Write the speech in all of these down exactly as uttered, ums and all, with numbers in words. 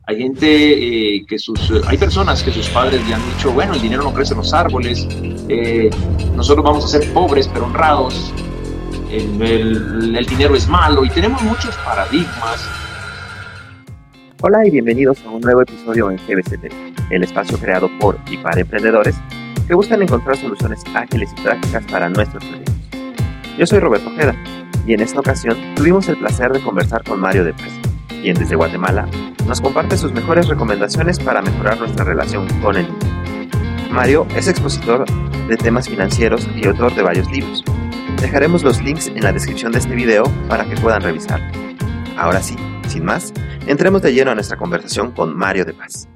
Hay gente eh, que sus, hay personas que sus padres le han dicho, bueno, el dinero no crece en los árboles, eh, nosotros vamos a ser pobres pero honrados, el, el, el dinero es malo y tenemos muchos paradigmas. Hola y bienvenidos a un nuevo episodio en G B C T, el espacio creado por y para emprendedores que buscan encontrar soluciones ágiles y prácticas para nuestros proyectos. Yo soy Roberto Ojeda y en esta ocasión tuvimos el placer de conversar con Mario de Paz, quien desde Guatemala nos comparte sus mejores recomendaciones para mejorar nuestra relación con el dinero. Mario es expositor de temas financieros y autor de varios libros. Dejaremos los links en la descripción de este video para que puedan revisarlo. Ahora sí, sin más, entremos de lleno a nuestra conversación con Mario de Paz.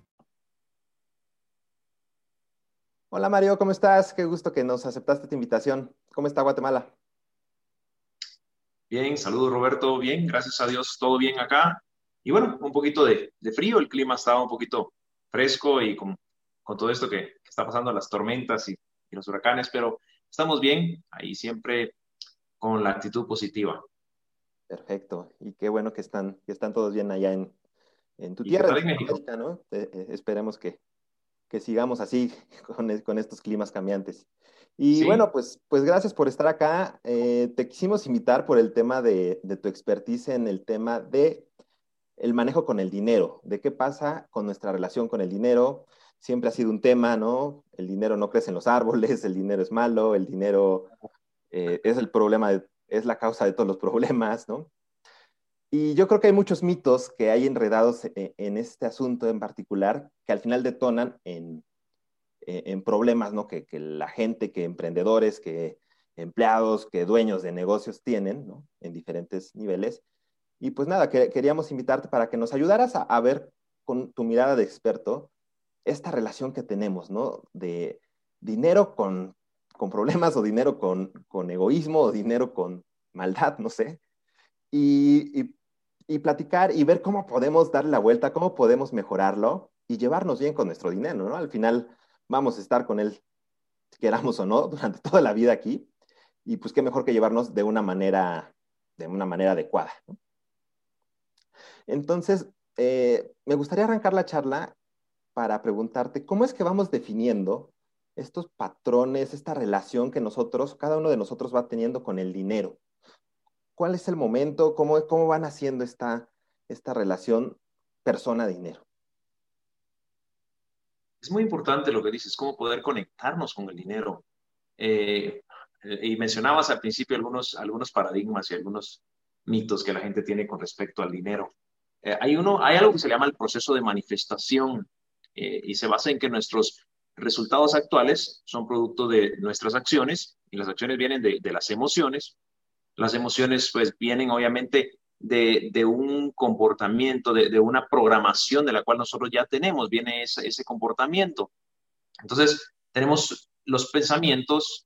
Hola Mario, ¿cómo estás? Qué gusto que nos aceptaste esta invitación. ¿Cómo está Guatemala? Bien, saludos Roberto, bien, gracias a Dios, todo bien acá. Y bueno, un poquito de, de frío, el clima estaba un poquito fresco y con, con todo esto que, que está pasando, las tormentas y, y los huracanes, pero estamos bien, ahí siempre con la actitud positiva. Perfecto, y qué bueno que están, que están todos bien allá en, en tu ¿Y qué tierra, en tal en México? Centroamérica, ¿no? Eh, eh, esperemos que, que sigamos así con, es- con estos climas cambiantes. Y Sí, bueno, pues, pues gracias por estar acá. Eh, te quisimos invitar por el tema de, de tu expertise en el tema de el manejo con el dinero, de qué pasa con nuestra relación con el dinero. Siempre ha sido un tema, ¿no? El dinero no crece en los árboles, el dinero es malo, el dinero eh, es el problema, de- es la causa de todos los problemas, ¿no? Y yo creo que hay muchos mitos que hay enredados e- en este asunto en particular que al final detonan en, eh, en problemas, ¿no? Que, que la gente, que emprendedores, que empleados, que dueños de negocios tienen, ¿no? En diferentes niveles. Y pues nada, que, queríamos invitarte para que nos ayudaras a, a ver con tu mirada de experto esta relación que tenemos, ¿no? De dinero con, con problemas o dinero con, con egoísmo o dinero con maldad, no sé. Y, y, y platicar y ver cómo podemos darle la vuelta, cómo podemos mejorarlo y llevarnos bien con nuestro dinero, ¿no? Al final vamos a estar con él, queramos o no, durante toda la vida aquí. Y pues qué mejor que llevarnos de una manera, de una manera adecuada, ¿no? Entonces, eh, me gustaría arrancar la charla para preguntarte, ¿cómo es que vamos definiendo estos patrones, esta relación que nosotros, cada uno de nosotros va teniendo con el dinero? ¿Cuál es el momento? ¿Cómo, cómo van haciendo esta, esta relación persona-dinero? es muy importante lo que dices, cómo poder conectarnos con el dinero. Eh, eh, y mencionabas al principio algunos, algunos paradigmas y algunos mitos que la gente tiene con respecto al dinero. Eh, hay, uno, hay algo que se llama el proceso de manifestación eh, y se basa en que nuestros resultados actuales son producto de nuestras acciones y las acciones vienen de, de las emociones. Las emociones pues vienen obviamente de, de un comportamiento, de, de, una programación de la cual nosotros ya tenemos, viene ese, ese comportamiento. Entonces tenemos los pensamientos,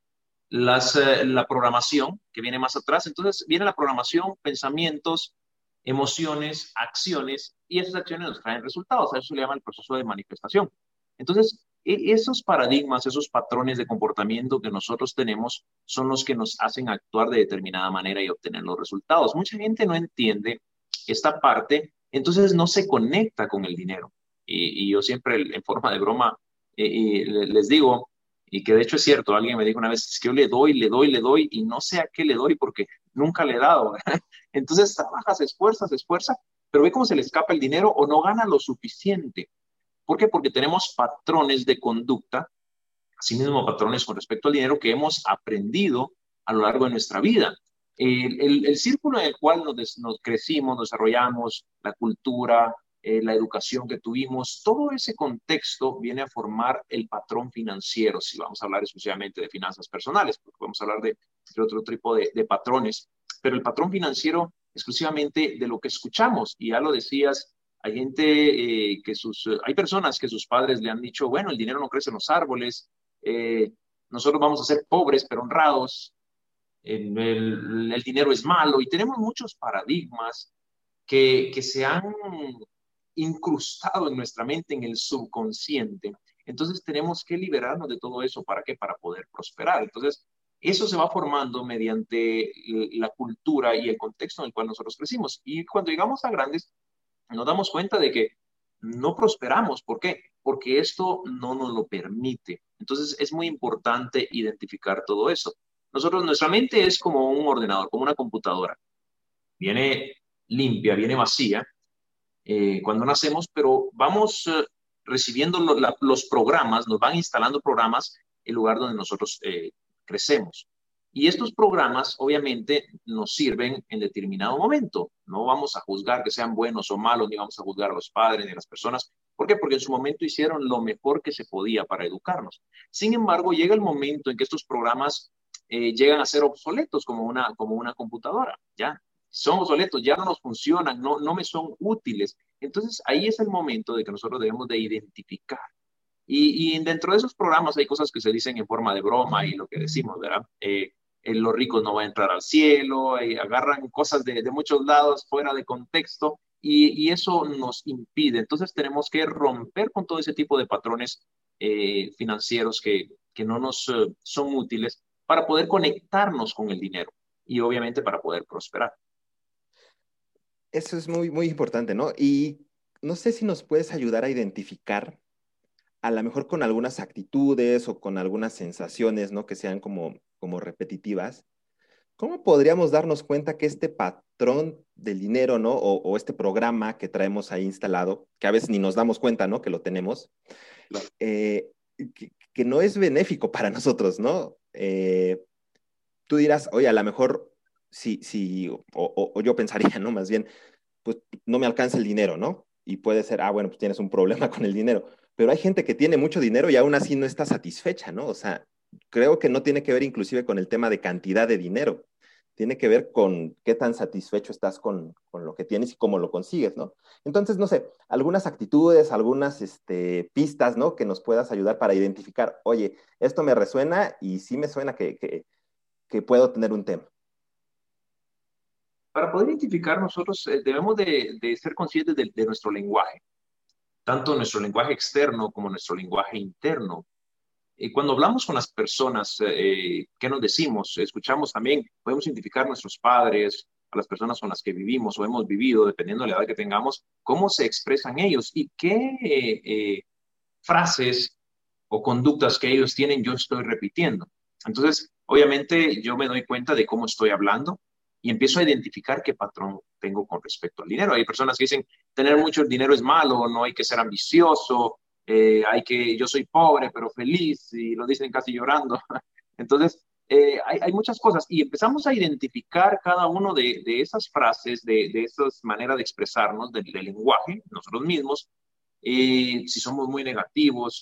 las, eh, la programación que viene más atrás. Entonces viene la programación, pensamientos, emociones, acciones, y esas acciones nos traen resultados. A eso se le llama el proceso de manifestación. Entonces, e- esos paradigmas, esos patrones de comportamiento que nosotros tenemos son los que nos hacen actuar de determinada manera y obtener los resultados. Mucha gente no entiende esta parte, entonces no se conecta con el dinero. Y, y yo siempre, en forma de broma, eh, y les digo, y que de hecho es cierto, alguien me dijo una vez, es que yo le doy, le doy, le doy y no sé a qué le doy porque nunca le he dado. Entonces trabaja, se esfuerza, se esfuerza, pero ve cómo se le escapa el dinero o no gana lo suficiente. ¿Por qué? Porque tenemos patrones de conducta, asimismo patrones con respecto al dinero que hemos aprendido a lo largo de nuestra vida. El, el, el círculo en el cual nos, des, nos crecimos, nos desarrollamos, la cultura, eh, la educación que tuvimos, todo ese contexto viene a formar el patrón financiero, si vamos a hablar exclusivamente de finanzas personales, porque vamos a hablar de, de otro tipo de, de patrones, pero el patrón financiero exclusivamente de lo que escuchamos, y ya lo decías, hay gente eh, que sus, hay personas que sus padres le han dicho, bueno, el dinero no crece en los árboles, eh, nosotros vamos a ser pobres pero honrados, el, el, el, dinero es malo, y tenemos muchos paradigmas que, que se han incrustado en nuestra mente, en el subconsciente. Entonces tenemos que liberarnos de todo eso. ¿Para qué? Para poder prosperar. Entonces, eso se va formando mediante la cultura y el contexto en el cual nosotros crecimos. Y cuando llegamos a grandes, nos damos cuenta de que no prosperamos. ¿Por qué? Porque esto no nos lo permite. Entonces es muy importante identificar todo eso. Nosotros, nuestra mente es como un ordenador, como una computadora. Viene limpia, viene vacía eh, cuando nacemos, pero vamos eh, recibiendo lo, la, los programas, nos van instalando programas en el lugar donde nosotros eh, crecemos. Y estos programas obviamente nos sirven en determinado momento. No vamos a juzgar que sean buenos o malos, ni vamos a juzgar a los padres ni a las personas. ¿Por qué? Porque en su momento hicieron lo mejor que se podía para educarnos. Sin embargo, llega el momento en que estos programas eh, llegan a ser obsoletos como una, como una computadora, ¿ya? Son obsoletos, ya no nos funcionan, no, no me son útiles. Entonces ahí es el momento de que nosotros debemos de identificar. Y, y dentro de esos programas hay cosas que se dicen en forma de broma y lo que decimos, ¿verdad? Eh, eh, los ricos no van a entrar al cielo, eh, agarran cosas de, de, muchos lados fuera de contexto y, y, eso nos impide. Entonces tenemos que romper con todo ese tipo de patrones eh, financieros que, que no nos uh, son útiles para poder conectarnos con el dinero y obviamente para poder prosperar. Eso es muy, muy importante, ¿no? Y no sé si nos puedes ayudar a identificar, a lo mejor con algunas actitudes o con algunas sensaciones, ¿no? Que sean como, como repetitivas. ¿Cómo podríamos darnos cuenta que este patrón del dinero, ¿no? O, o este programa que traemos ahí instalado, que a veces ni nos damos cuenta, ¿no? Que lo tenemos, eh, que, que no es benéfico para nosotros, ¿no? Eh, tú dirás, oye, a lo mejor sí, sí, o, o, o yo pensaría, ¿no? Más bien, pues no me alcanza el dinero, ¿no? Y puede ser, ah, bueno, pues tienes un problema con el dinero. Pero hay gente que tiene mucho dinero y aún así no está satisfecha, ¿no? O sea, creo que no tiene que ver inclusive con el tema de cantidad de dinero. Tiene que ver con qué tan satisfecho estás con, con lo que tienes y cómo lo consigues, ¿no? Entonces, no sé, algunas actitudes, algunas este, pistas, ¿no? Que nos puedas ayudar para identificar, oye, esto me resuena y sí me suena que, que, que puedo tener un tema. Para poder identificar, nosotros eh, debemos de, de, ser conscientes de, de nuestro lenguaje, tanto nuestro lenguaje externo como nuestro lenguaje interno. Y cuando hablamos con las personas, eh, ¿qué nos decimos? Escuchamos también, podemos identificar a nuestros padres, a las personas con las que vivimos o hemos vivido, dependiendo de la edad que tengamos, cómo se expresan ellos y qué eh, eh, frases o conductas que ellos tienen yo estoy repitiendo. Entonces, obviamente yo me doy cuenta de cómo estoy hablando y empiezo a identificar qué patrón tengo con respecto al dinero. Hay personas que dicen, tener mucho dinero es malo, no hay que ser ambicioso, eh, hay que, yo soy pobre pero feliz, y lo dicen casi llorando. Entonces, eh, hay, hay, muchas cosas y empezamos a identificar cada uno de, de esas frases, de, de esas maneras de expresarnos, del, del lenguaje, nosotros mismos, eh, si somos muy negativos,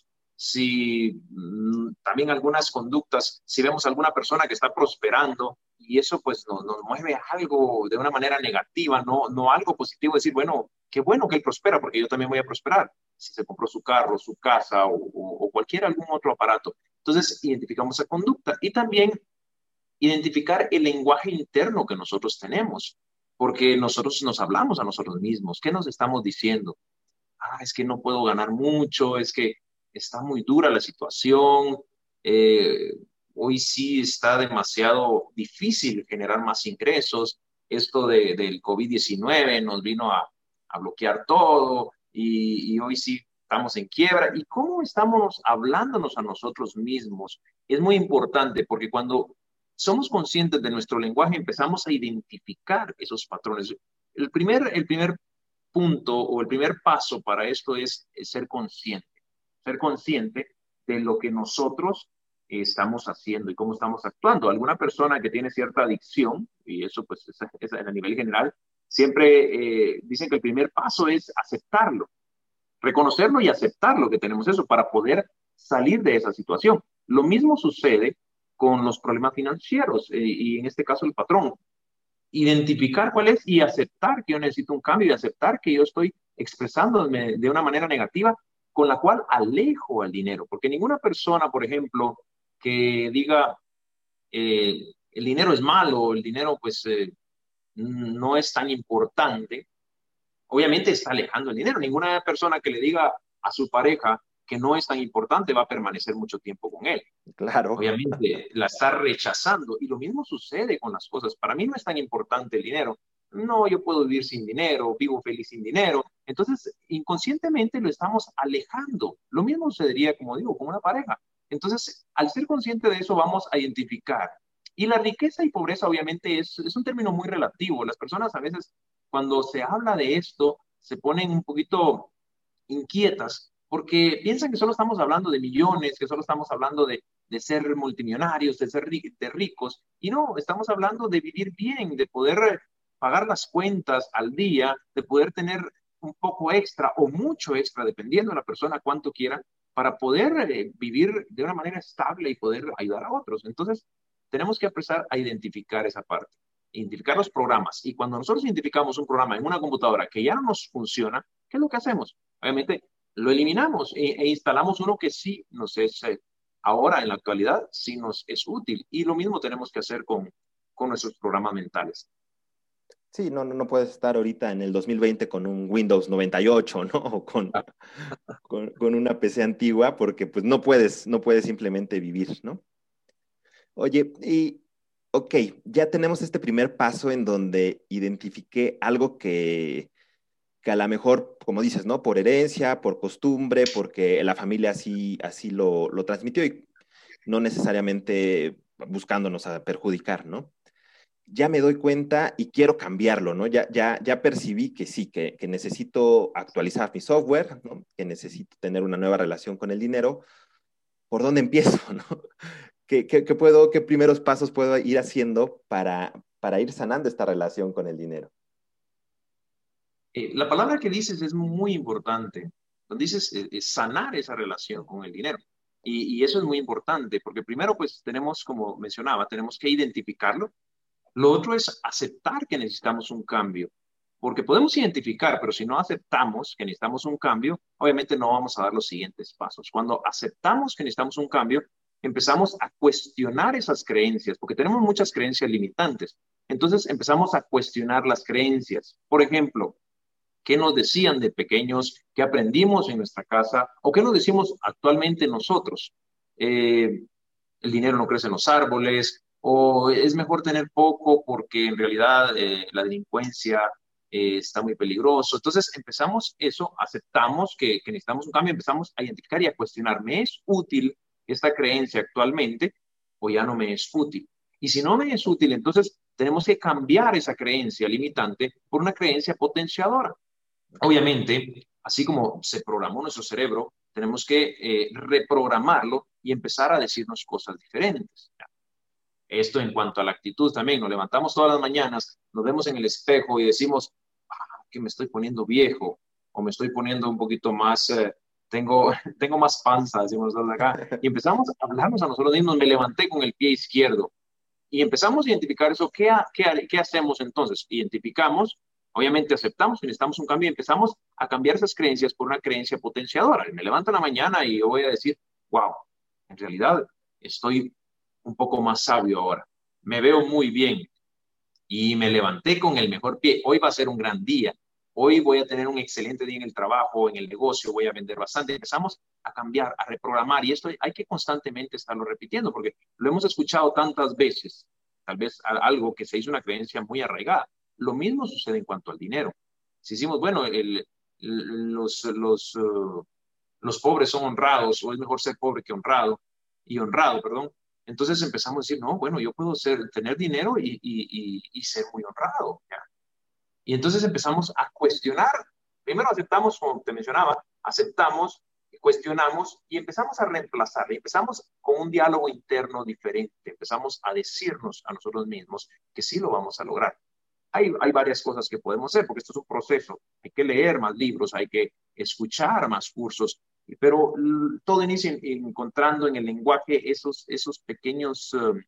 si mmm, también algunas conductas, si vemos a alguna persona que está prosperando y eso pues nos, nos mueve a algo de una manera negativa, no, no algo positivo, decir, bueno, qué bueno que él prospera porque yo también voy a prosperar, si se compró su carro, su casa o, o, o cualquier algún otro aparato. Entonces identificamos esa conducta y también identificar el lenguaje interno que nosotros tenemos, porque nosotros nos hablamos a nosotros mismos, ¿qué nos estamos diciendo? Ah, es que no puedo ganar mucho, es que está muy dura la situación, eh, hoy sí está demasiado difícil generar más ingresos, esto de, del COVID diecinueve nos vino a, a bloquear todo y, y hoy sí estamos en quiebra. ¿Y cómo estamos hablándonos a nosotros mismos? Es muy importante porque cuando somos conscientes de nuestro lenguaje empezamos a identificar esos patrones. El primer, el primer punto o el primer paso para esto es, es ser consciente, ser consciente de lo que nosotros eh, estamos haciendo y cómo estamos actuando. Alguna persona que tiene cierta adicción, y eso pues es, es a nivel general, siempre eh, dicen que el primer paso es aceptarlo, reconocerlo y aceptar lo que tenemos eso para poder salir de esa situación. Lo mismo sucede con los problemas financieros eh, y en este caso el patrón. Identificar cuál es y aceptar que yo necesito un cambio y aceptar que yo estoy expresándome de una manera negativa con la cual alejo al dinero. Porque ninguna persona, por ejemplo, que diga eh, el dinero es malo, el dinero pues eh, no es tan importante, obviamente está alejando el dinero. Ninguna persona que le diga a su pareja que no es tan importante va a permanecer mucho tiempo con él. Claro. Obviamente la está rechazando y lo mismo sucede con las cosas. Para mí no es tan importante el dinero. no, yo puedo vivir sin dinero, vivo feliz sin dinero. Entonces, inconscientemente lo estamos alejando. Lo mismo sucedería, como digo, con una pareja. Entonces, al ser consciente de eso, vamos a identificar. Y la riqueza y pobreza, obviamente, es, es un término muy relativo. Las personas a veces, cuando se habla de esto, se ponen un poquito inquietas porque piensan que solo estamos hablando de millones, que solo estamos hablando de, de ser multimillonarios, de ser ri- de ricos. Y no, estamos hablando de vivir bien, de poder pagar las cuentas al día, de poder tener un poco extra o mucho extra, dependiendo de la persona cuánto quiera, para poder eh, vivir de una manera estable y poder ayudar a otros. Entonces, tenemos que empezar a identificar esa parte, identificar los programas. Y cuando nosotros identificamos un programa en una computadora que ya no nos funciona, ¿qué es lo que hacemos? Obviamente lo eliminamos e, e instalamos uno que sí nos es, eh, ahora en la actualidad, sí nos es útil. Y lo mismo tenemos que hacer con, con nuestros programas mentales. Sí, no, no, no puedes estar ahorita en el dos mil veinte con un Windows noventa y ocho, ¿no? O con, Ah, con, con una P C antigua, porque pues no puedes, no puedes simplemente vivir, ¿no? Oye, y ok, ya tenemos este primer paso en donde identifiqué algo que, que a lo mejor, como dices, ¿no? Por herencia, por costumbre, porque la familia así, así lo, lo transmitió y no necesariamente buscándonos a perjudicar, ¿no? Ya me doy cuenta y quiero cambiarlo, ¿no? Ya, ya, ya percibí que sí, que, que necesito actualizar mi software, ¿no? Que necesito tener una nueva relación con el dinero. ¿Por dónde empiezo, no? ¿Qué, qué, qué puedo, qué primeros pasos puedo ir haciendo para, para ir sanando esta relación con el dinero? eh, la palabra que dices es muy importante. Cuando dices eh, eh, sanar esa relación con el dinero. Y, y eso es muy importante, porque primero, pues tenemos, como mencionaba, tenemos que identificarlo. Lo otro es aceptar que necesitamos un cambio, porque podemos identificar, pero si no aceptamos que necesitamos un cambio, obviamente no vamos a dar los siguientes pasos. Cuando aceptamos que necesitamos un cambio, empezamos a cuestionar esas creencias, porque tenemos muchas creencias limitantes. Entonces empezamos a cuestionar las creencias. Por ejemplo, ¿qué nos decían de pequeños? ¿Qué aprendimos en nuestra casa? ¿O qué nos decimos actualmente nosotros? Eh, el dinero no crece en los árboles, o es mejor tener poco porque en realidad eh, la delincuencia eh, está muy peligroso. Entonces empezamos eso, aceptamos que, que necesitamos un cambio, empezamos a identificar y a cuestionar, ¿me es útil esta creencia actualmente o ya no me es útil? Y si no me es útil, entonces tenemos que cambiar esa creencia limitante por una creencia potenciadora. Obviamente, así como se programó nuestro cerebro, tenemos que eh, reprogramarlo y empezar a decirnos cosas diferentes. Esto en cuanto a la actitud también, nos levantamos todas las mañanas, nos vemos en el espejo y decimos, ah, que me estoy poniendo viejo o me estoy poniendo un poquito más, eh, tengo, tengo más panza, decimos nosotros acá, y empezamos a hablarnos a nosotros mismos, me levanté con el pie izquierdo, y empezamos a identificar eso. ¿Qué, ha- qué, ha- qué hacemos entonces? Identificamos, obviamente aceptamos que necesitamos un cambio y empezamos a cambiar esas creencias por una creencia potenciadora. Me levanto en la mañana y yo voy a decir, wow, en realidad estoy un poco más sabio ahora. Me veo muy bien y me levanté con el mejor pie. Hoy va a ser un gran día. Hoy voy a tener un excelente día en el trabajo, en el negocio, voy a vender bastante. Empezamos a cambiar, a reprogramar y esto hay que constantemente estarlo repitiendo porque lo hemos escuchado tantas veces, tal vez algo que se hizo una creencia muy arraigada. Lo mismo sucede en cuanto al dinero. Si decimos, bueno, el, los, los, uh, los pobres son honrados o es mejor ser pobre que honrado y honrado, perdón. Entonces empezamos a decir, no, bueno, yo puedo ser, tener dinero y, y, y, y ser muy honrado. ¿Ya? Y entonces empezamos a cuestionar. Primero aceptamos, como te mencionaba, aceptamos, cuestionamos y empezamos a reemplazar. Y empezamos con un diálogo interno diferente. Empezamos a decirnos a nosotros mismos que sí lo vamos a lograr. Hay, hay varias cosas que podemos hacer, porque esto es un proceso. Hay que leer más libros, hay que escuchar más cursos, pero todo inicia en, encontrando en el lenguaje esos, esos pequeños uh,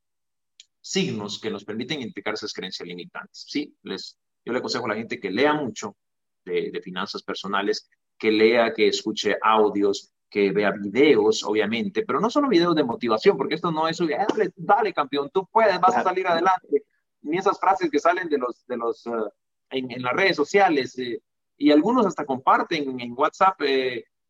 signos que nos permiten identificar esas creencias limitantes. Sí, les, yo le aconsejo a la gente que lea mucho de, de finanzas personales, que lea, que escuche audios, que vea videos, obviamente, pero no solo videos de motivación, porque esto no es, dale, dale campeón, tú puedes, vas a Claro. salir adelante, ni esas frases que salen de los, de los, uh, en, en las redes sociales, eh, y algunos hasta comparten en WhatsApp, eh,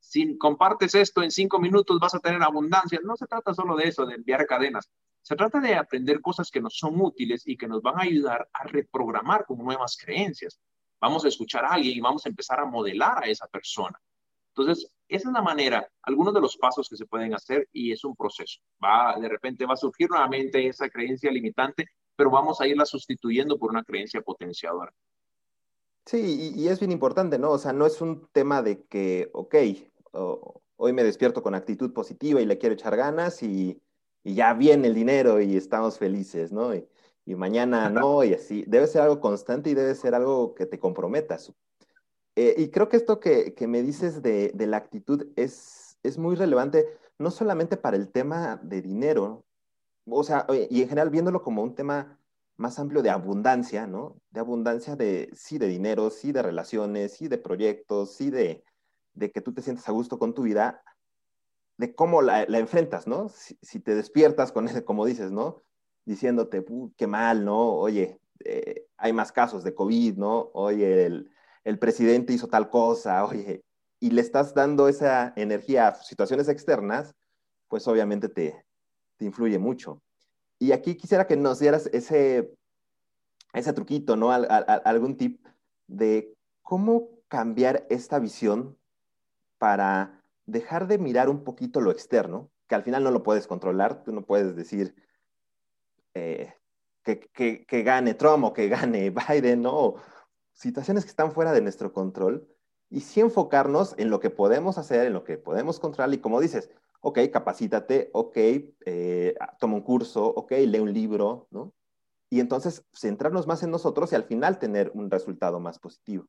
si compartes esto en cinco minutos vas a tener abundancia. No se trata solo de eso, de enviar cadenas. Se trata de aprender cosas que nos son útiles y que nos van a ayudar a reprogramar con nuevas creencias. Vamos a escuchar a alguien y vamos a empezar a modelar a esa persona. Entonces, esa es la manera, algunos de los pasos que se pueden hacer y es un proceso. Va, de repente va a surgir nuevamente esa creencia limitante, pero vamos a irla sustituyendo por una creencia potenciadora. Sí, y, y es bien importante, ¿no? O sea, no es un tema de que, ok, o- hoy me despierto con actitud positiva y le quiero echar ganas y, y ya viene el dinero y estamos felices, ¿no? Y, y mañana no, y así. Debe ser algo constante y debe ser algo que te comprometas. Eh, y creo que esto que, que me dices de, de la actitud es, es muy relevante, no solamente para el tema de dinero, o sea, oye, y en general viéndolo como un tema más amplio de abundancia, ¿no? De abundancia de, sí, de dinero, sí, de relaciones, sí, de proyectos, sí, de, de que tú te sientas a gusto con tu vida, de cómo la, la enfrentas, ¿no? Si, si, te despiertas con ese, como dices, ¿no? Diciéndote, qué mal, ¿no? Oye, eh, hay más casos de COVID, ¿no? Oye, el, el presidente hizo tal cosa, oye, y le estás dando esa energía a situaciones externas, pues obviamente te, te influye mucho. Y aquí quisiera que nos dieras ese, ese truquito, ¿no? Al, al, algún tip de cómo cambiar esta visión para dejar de mirar un poquito lo externo, que al final no lo puedes controlar, tú no puedes decir eh, que, que, que, gane Trump o que gane Biden, ¿no? Situaciones que están fuera de nuestro control y sí enfocarnos en lo que podemos hacer, en lo que podemos controlar y como dices, ok, capacítate, ok, eh, toma un curso, ok, lee un libro, ¿no? Y entonces centrarnos más en nosotros y al final tener un resultado más positivo.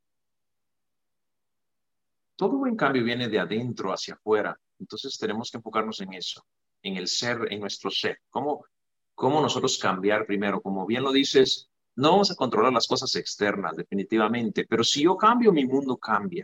Todo buen cambio viene de adentro hacia afuera. Entonces tenemos que enfocarnos en eso, en el ser, en nuestro ser. ¿Cómo, cómo nosotros cambiar primero? Como bien lo dices, no vamos a controlar las cosas externas, definitivamente, pero si yo cambio, mi mundo cambia.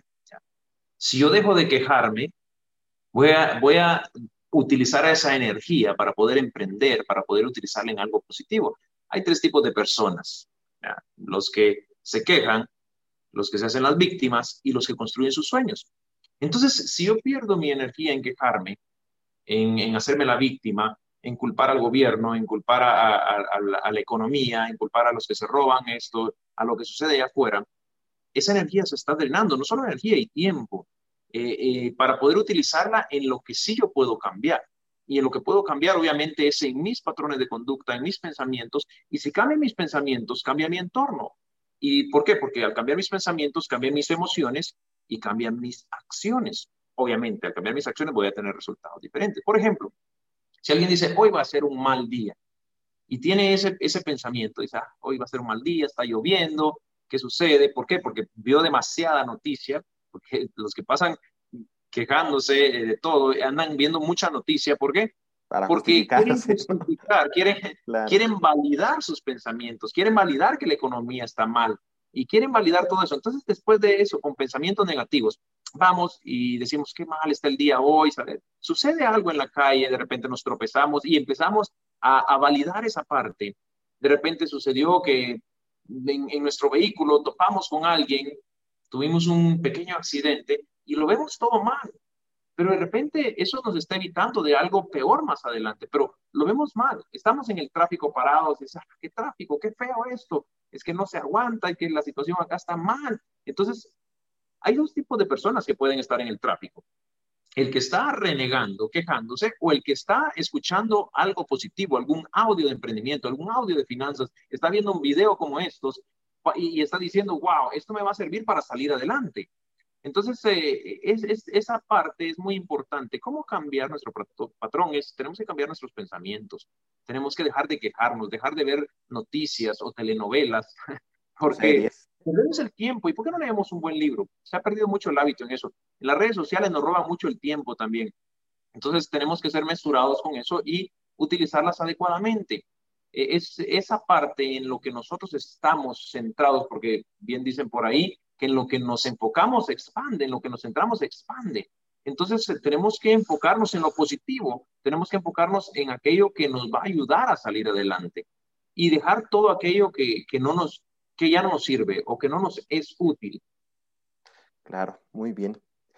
Si yo dejo de quejarme, voy a, voy a utilizar esa energía para poder emprender, para poder utilizarla en algo positivo. Hay tres tipos de personas. ¿Ya? Los que se quejan, los que se hacen las víctimas y los que construyen sus sueños. Entonces, si yo pierdo mi energía en quejarme, en, en hacerme la víctima, en culpar al gobierno, en culpar a, a, a, la, a, la, economía, en culpar a los que se roban esto, a lo que sucede allá afuera, esa energía se está drenando, no solo energía y tiempo, eh, eh, para poder utilizarla en lo que sí yo puedo cambiar. Y en lo que puedo cambiar, obviamente, es en mis patrones de conducta, en mis pensamientos. Y si cambian mis pensamientos, cambia mi entorno. ¿Y por qué? Porque al cambiar mis pensamientos, cambian mis emociones y cambian mis acciones. Obviamente, al cambiar mis acciones voy a tener resultados diferentes. Por ejemplo, si alguien dice, hoy va a ser un mal día, y tiene ese, ese pensamiento, dice, ah, hoy va a ser un mal día, está lloviendo, ¿qué sucede? ¿Por qué? Porque vio demasiada noticia, porque los que pasan quejándose de todo, andan viendo mucha noticia, ¿por qué? Para Porque quieren justificarse, ¿no? justificar, quieren, Claro. quieren validar sus pensamientos, quieren validar que la economía está mal y quieren validar todo eso. Entonces, después de eso, con pensamientos negativos, vamos y decimos, qué mal está el día hoy, ¿sabes? Sucede algo en la calle, de repente nos tropezamos y empezamos a, a validar esa parte. De repente sucedió que en, en nuestro vehículo topamos con alguien, tuvimos un pequeño accidente y lo vemos todo mal. Pero de repente eso nos está evitando de algo peor más adelante, pero lo vemos mal. Estamos en el tráfico parados, y dices, ah, qué tráfico, qué feo esto, es que no se aguanta y que la situación acá está mal. Entonces, hay dos tipos de personas que pueden estar en el tráfico. El que está renegando, quejándose, o el que está escuchando algo positivo, algún audio de emprendimiento, algún audio de finanzas, está viendo un video como estos y, y está diciendo, wow, esto me va a servir para salir adelante. Entonces, eh, es, es, esa parte es muy importante. ¿Cómo cambiar nuestro patrón? Es, tenemos que cambiar nuestros pensamientos. Tenemos que dejar de quejarnos, dejar de ver noticias o telenovelas, O porque series. perdemos el tiempo. ¿Y por qué no leemos un buen libro? Se ha perdido mucho el hábito en eso. En las redes sociales nos roban mucho el tiempo también. Entonces, tenemos que ser mesurados con eso y utilizarlas adecuadamente. Es esa parte en lo que nosotros estamos centrados, porque bien dicen por ahí que en lo que nos enfocamos expande, en lo que nos centramos expande. Entonces tenemos que enfocarnos en lo positivo, tenemos que enfocarnos en aquello que nos va a ayudar a salir adelante y dejar todo aquello que, que, no nos, que ya no nos sirve o que no nos es útil. Claro, muy bien.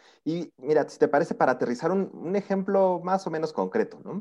Y mira, si te parece, para aterrizar un, un ejemplo más o menos concreto, ¿no?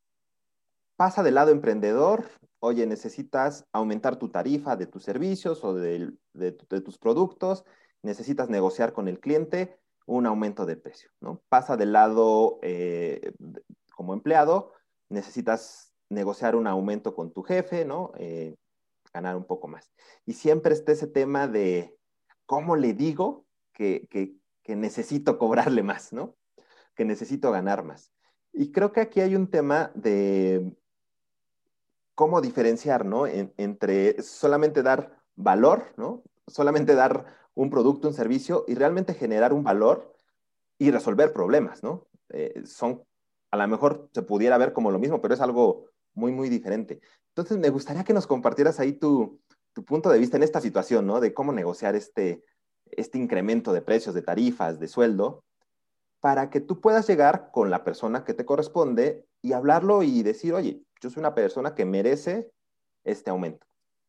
Pasa del lado emprendedor, oye, necesitas aumentar tu tarifa de tus servicios o de, de, de tus productos, necesitas negociar con el cliente un aumento de precio, ¿no? Pasa del lado eh, como empleado, necesitas negociar un aumento con tu jefe, ¿no? Eh, ganar un poco más. Y siempre está ese tema de cómo le digo que, que, que necesito cobrarle más, ¿no? Que necesito ganar más. Y creo que aquí hay un tema de cómo diferenciar, ¿no? En, entre solamente dar valor, ¿no? Solamente dar un producto, un servicio y realmente generar un valor y resolver problemas, ¿no? Eh, son, a lo mejor se pudiera ver como lo mismo, pero es algo muy, muy diferente. Entonces, me gustaría que nos compartieras ahí tu, tu punto de vista en esta situación, ¿no? De cómo negociar este, este incremento de precios, de tarifas, de sueldo, para que tú puedas llegar con la persona que te corresponde y hablarlo y decir, oye, yo soy una persona que merece este aumento.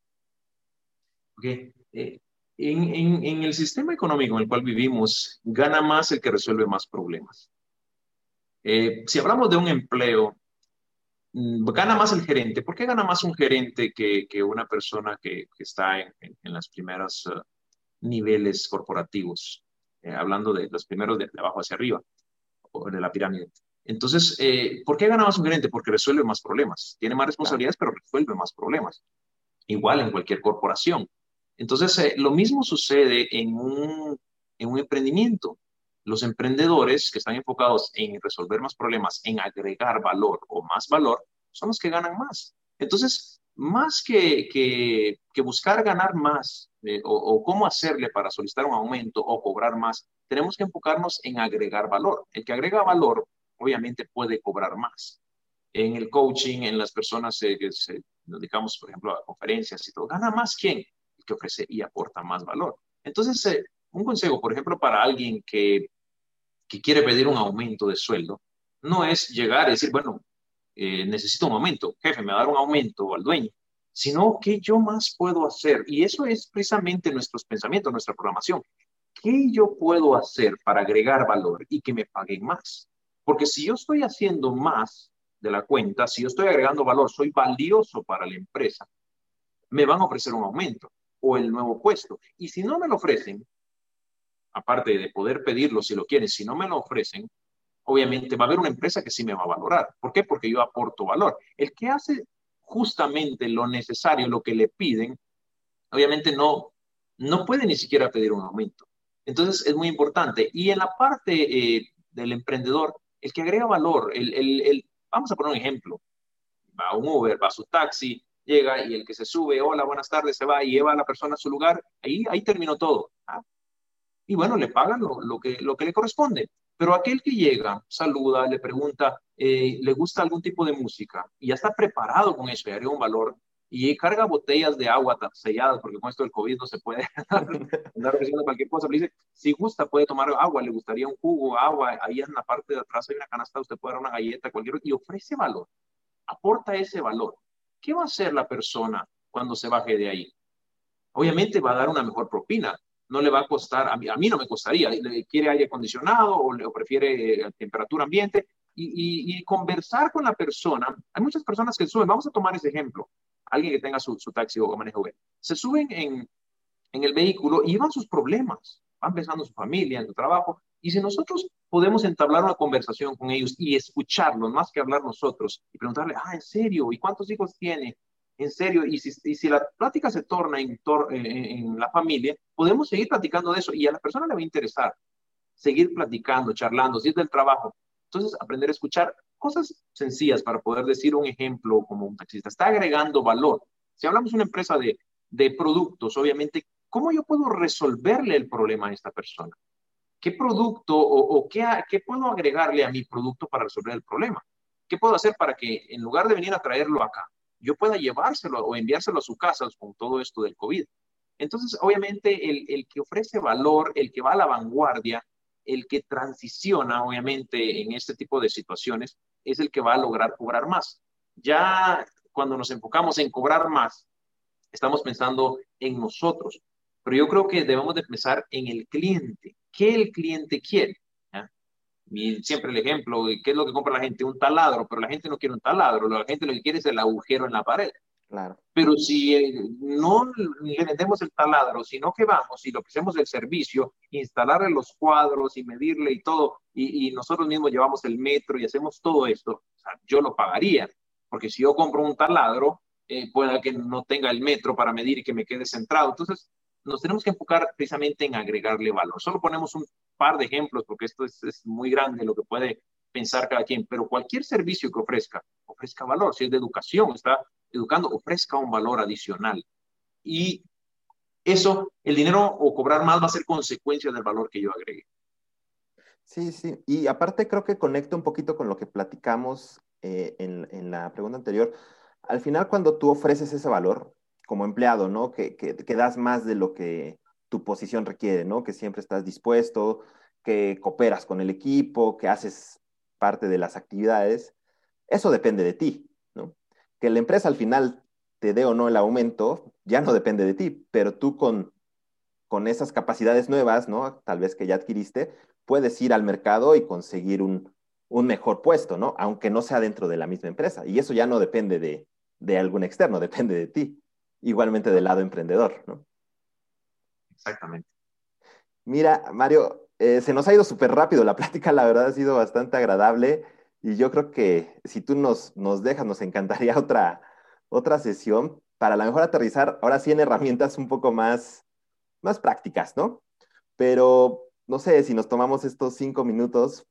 Ok. Eh, en, en, en el sistema económico en el cual vivimos, gana más el que resuelve más problemas. Eh, si hablamos de un empleo, mm, gana más el gerente. ¿Por qué gana más un gerente que, que una persona que, que está en, en, en los primeros uh, niveles corporativos? Eh, hablando de los primeros de, de abajo hacia arriba, o de la pirámide. Entonces, eh, ¿por qué gana más un gerente? Porque resuelve más problemas. Tiene más Claro, responsabilidades, pero resuelve más problemas. Igual en cualquier corporación. Entonces, eh, lo mismo sucede en un, en un emprendimiento. Los emprendedores que están enfocados en resolver más problemas, en agregar valor o más valor, son los que ganan más. Entonces, más que, que, que buscar ganar más eh, o, o cómo hacerle para solicitar un aumento o cobrar más, tenemos que enfocarnos en agregar valor. El que agrega valor, obviamente, puede cobrar más en el coaching, en las personas eh, que se, nos dedicamos, por ejemplo, a conferencias y todo, gana más quién, el que ofrece y aporta más valor. Entonces, eh, un consejo, por ejemplo, para alguien que, que quiere pedir un aumento de sueldo, no es llegar y decir, bueno, eh, necesito un aumento, jefe, me va a dar un aumento al dueño, sino qué yo más puedo hacer. Y eso es precisamente nuestros pensamientos, nuestra programación. ¿Qué yo puedo hacer para agregar valor y que me paguen más? Porque si yo estoy haciendo más de la cuenta, si yo estoy agregando valor, soy valioso para la empresa, me van a ofrecer un aumento o el nuevo puesto. Y si no me lo ofrecen, aparte de poder pedirlo si lo quieren, si no me lo ofrecen, obviamente va a haber una empresa que sí me va a valorar. ¿Por qué? Porque yo aporto valor. El que hace justamente lo necesario, lo que le piden, obviamente no, no puede ni siquiera pedir un aumento. Entonces es muy importante. Y en la parte eh, del emprendedor, el que agrega valor, el, el, el, vamos a poner un ejemplo, va a un Uber, va a su taxi, llega y el que se sube, hola, buenas tardes, se va y lleva a la persona a su lugar, ahí, ahí terminó todo. ¿Ah? Y bueno, le pagan lo, lo, que, lo que le corresponde. Pero aquel que llega, saluda, le pregunta, eh, ¿le gusta algún tipo de música? Y ya está preparado con eso, y agrega un valor, y carga botellas de agua selladas, porque con esto del COVID no se puede andar ofreciendo cualquier cosa. Le dice, si gusta, puede tomar agua, le gustaría un jugo, agua, ahí en la parte de atrás hay una canasta, usted puede dar una galleta, cualquier, y ofrece valor, aporta ese valor. ¿Qué va a hacer la persona cuando se baje de ahí? Obviamente va a dar una mejor propina. No le va a costar, a mí, a mí no me costaría, le quiere aire acondicionado o, le, o prefiere eh, temperatura ambiente y, y, y, conversar con la persona. Hay muchas personas que suben, vamos a tomar ese ejemplo, alguien que tenga su, su taxi o manejo bien. Se suben en, en el vehículo y van sus problemas, van pensando en su familia, en su trabajo. Y si nosotros podemos entablar una conversación con ellos y escucharlos, más que hablar nosotros, y preguntarle, ah, ¿en serio? ¿Y cuántos hijos tiene? En serio, y si, y si la plática se torna en, tor en, en la familia, podemos seguir platicando de eso y a la persona le va a interesar seguir platicando, charlando, si es del trabajo. Entonces, aprender a escuchar cosas sencillas para poder decir un ejemplo como un taxista. Está agregando valor. Si hablamos de una empresa de, de productos, obviamente, ¿cómo yo puedo resolverle el problema a esta persona? ¿Qué producto o, o qué, qué puedo agregarle a mi producto para resolver el problema? ¿Qué puedo hacer para que en lugar de venir a traerlo acá, yo pueda llevárselo o enviárselo a su casa con todo esto del COVID? Entonces, obviamente, el, el que ofrece valor, el que va a la vanguardia, el que transiciona, obviamente, en este tipo de situaciones, es el que va a lograr cobrar más. Ya cuando nos enfocamos en cobrar más, estamos pensando en nosotros, pero yo creo que debemos de pensar en el cliente. ¿Qué el cliente quiere? Y siempre el ejemplo, ¿qué es lo que compra la gente? Un taladro, pero la gente no quiere un taladro, la gente lo que quiere es el agujero en la pared. Claro. Pero si eh, no le vendemos el taladro, sino que vamos y le ofrecemos el servicio, instalarle los cuadros y medirle y todo, y, y nosotros mismos llevamos el metro y hacemos todo esto, o sea, yo lo pagaría, porque si yo compro un taladro, eh, pueda que no tenga el metro para medir y que me quede centrado. Entonces, nos tenemos que enfocar precisamente en agregarle valor. Solo ponemos un par de ejemplos, porque esto es, es muy grande lo que puede pensar cada quien, pero cualquier servicio que ofrezca, ofrezca valor. Si es de educación, está educando, ofrezca un valor adicional. Y eso, el dinero o cobrar más va a ser consecuencia del valor que yo agregue. Sí, sí. Y aparte creo que conecta un poquito con lo que platicamos eh, en, en la pregunta anterior. Al final, cuando tú ofreces ese valor como empleado, ¿no? Que, que, que das más de lo que tu posición requiere, ¿no? Que siempre estás dispuesto, que cooperas con el equipo, que haces parte de las actividades. Eso depende de ti, ¿no? Que la empresa al final te dé o no el aumento, ya no depende de ti, pero tú con, con esas capacidades nuevas, ¿no? Tal vez que ya adquiriste, puedes ir al mercado y conseguir un, un mejor puesto, ¿no? Aunque no sea dentro de la misma empresa. Y eso ya no depende de, de algún externo, depende de ti. Igualmente del lado emprendedor, ¿no? Exactamente. Mira, Mario, eh, se nos ha ido súper rápido. La plática, la verdad, ha sido bastante agradable. Y yo creo que si tú nos, nos dejas, nos encantaría otra, otra sesión para a lo mejor aterrizar ahora sí en herramientas un poco más, más prácticas, ¿no? Pero no sé si nos tomamos estos cinco minutos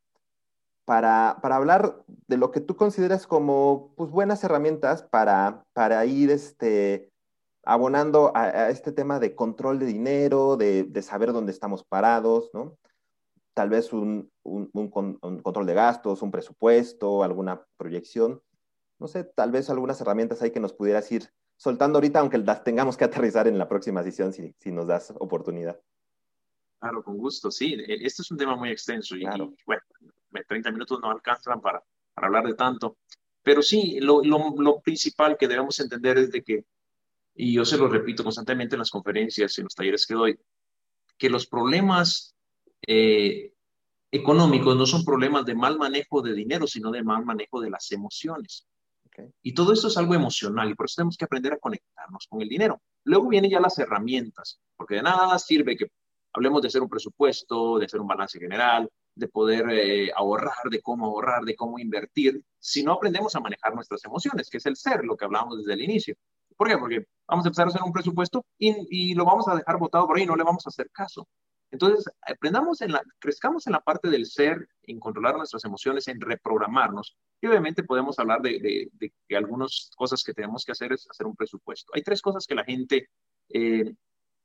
para, para hablar de lo que tú consideras como pues, buenas herramientas para, para ir este, abonando a, a este tema de control de dinero, de, de saber dónde estamos parados, ¿no? Tal vez un, un, un, con, un, control de gastos, un presupuesto, alguna proyección. No sé, tal vez algunas herramientas ahí que nos pudieras ir soltando ahorita, aunque las tengamos que aterrizar en la próxima sesión si, si nos das oportunidad. Claro, con gusto, sí. E- Este es un tema muy extenso y, Claro. y, bueno, treinta minutos no alcanzan para, para hablar de tanto. Pero sí, lo, lo, lo principal que debemos entender es de que, y yo se lo repito constantemente en las conferencias y en los talleres que doy, que los problemas eh, económicos no son problemas de mal manejo de dinero, sino de mal manejo de las emociones. Okay. Y todo eso es algo emocional y por eso tenemos que aprender a conectarnos con el dinero. Luego vienen ya las herramientas, porque de nada sirve que hablemos de hacer un presupuesto, de hacer un balance general, de poder eh, ahorrar, de cómo ahorrar, de cómo invertir, si no aprendemos a manejar nuestras emociones, que es el ser, lo que hablábamos desde el inicio. ¿Por qué? Porque vamos a empezar a hacer un presupuesto y, y lo vamos a dejar botado por ahí, no le vamos a hacer caso. Entonces, aprendamos en la, crezcamos en la parte del ser, en controlar nuestras emociones, en reprogramarnos. Y obviamente podemos hablar de, de, de que algunas cosas que tenemos que hacer es hacer un presupuesto. Hay tres cosas que la gente eh,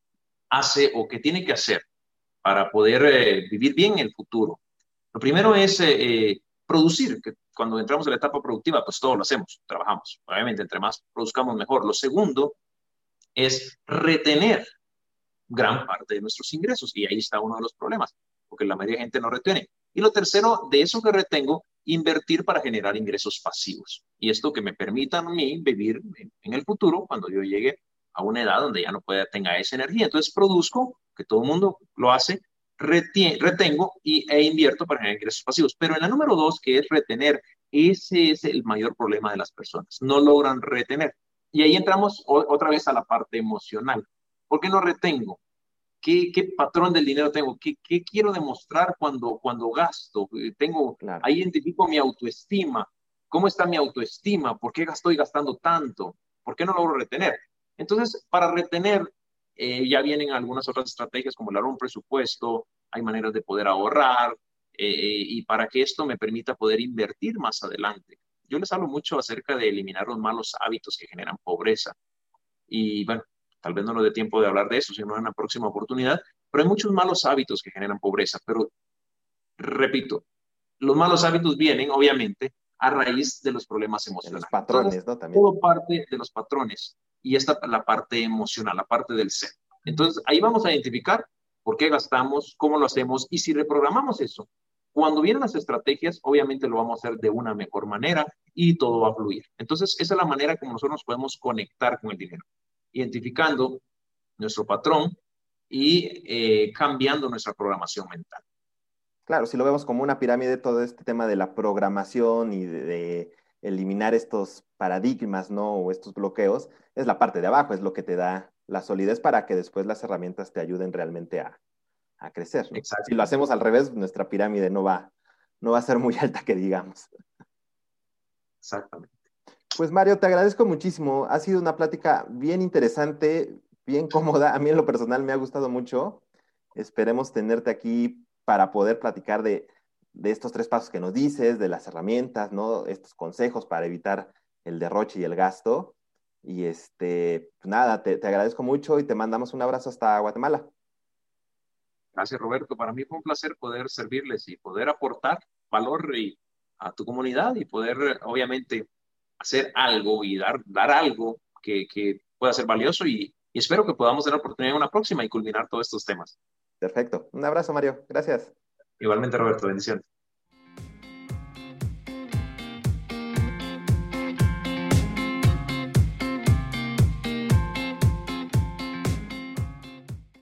hace o que tiene que hacer para poder eh, vivir bien en el futuro. Lo primero es eh, eh, producir, que cuando entramos en la etapa productiva, pues todo lo hacemos, trabajamos. Obviamente, entre más produzcamos, mejor. Lo segundo es retener gran parte de nuestros ingresos. Y ahí está uno de los problemas, porque la mayoría de gente no retiene. Y lo tercero, de eso que retengo, invertir para generar ingresos pasivos. Y esto que me permita a mí vivir en, en el futuro cuando yo llegue a una edad donde ya no pueda, tenga esa energía. Entonces produzco, que todo el mundo lo hace, retien, retengo y, e invierto para generar ingresos pasivos. Pero en la número dos, que es retener, ese es el mayor problema de las personas. No logran retener. Y ahí entramos o, otra vez a la parte emocional. ¿Por qué no retengo? ¿Qué, qué patrón del dinero tengo? ¿Qué, qué quiero demostrar cuando, cuando gasto? Eh, Tengo, Claro. ahí identifico mi autoestima. ¿Cómo está mi autoestima? ¿Por qué estoy gastando tanto? ¿Por qué no logro retener? Entonces, para retener, eh, ya vienen algunas otras estrategias como el un presupuesto, hay maneras de poder ahorrar, eh, y para que esto me permita poder invertir más adelante. Yo les hablo mucho acerca de eliminar los malos hábitos que generan pobreza. Y bueno, tal vez no nos dé tiempo de hablar de eso, sino en una próxima oportunidad, pero hay muchos malos hábitos que generan pobreza. Pero repito, los malos hábitos vienen, obviamente, a raíz de los problemas De los emocionales. Entonces, patrones, ¿no? También. todo parte de los patrones y esta la parte emocional, la parte del ser. Entonces, ahí vamos a identificar por qué gastamos, cómo lo hacemos y si reprogramamos eso. Cuando vienen las estrategias, obviamente lo vamos a hacer de una mejor manera y todo va a fluir. Entonces, esa es la manera como nosotros nos podemos conectar con el dinero, identificando nuestro patrón y eh, cambiando nuestra programación mental. Claro, si lo vemos como una pirámide, todo este tema de la programación y de, de eliminar estos paradigmas, ¿no? O estos bloqueos, es la parte de abajo, es lo que te da la solidez para que después las herramientas te ayuden realmente a, a crecer, ¿no? Si lo Exactamente, hacemos al revés, nuestra pirámide no va, no va a ser muy alta, que digamos. exactamente. Pues Mario, te agradezco muchísimo. Ha sido una plática bien interesante, bien cómoda. A mí en lo personal me ha gustado mucho. Esperemos tenerte aquí para poder platicar de, de estos tres pasos que nos dices, de las herramientas, ¿no? Estos consejos para evitar el derroche y el gasto. Y este, pues nada, te, te agradezco mucho y te mandamos un abrazo hasta Guatemala. Gracias, Roberto. Para mí fue un placer poder servirles y poder aportar valor y- a tu comunidad y poder, eh, obviamente, hacer algo y dar, dar algo que, que pueda ser valioso y, y espero que podamos tener la oportunidad en una próxima y culminar todos estos temas. Perfecto. Un abrazo, Mario. Gracias. Igualmente, Roberto, bendiciones.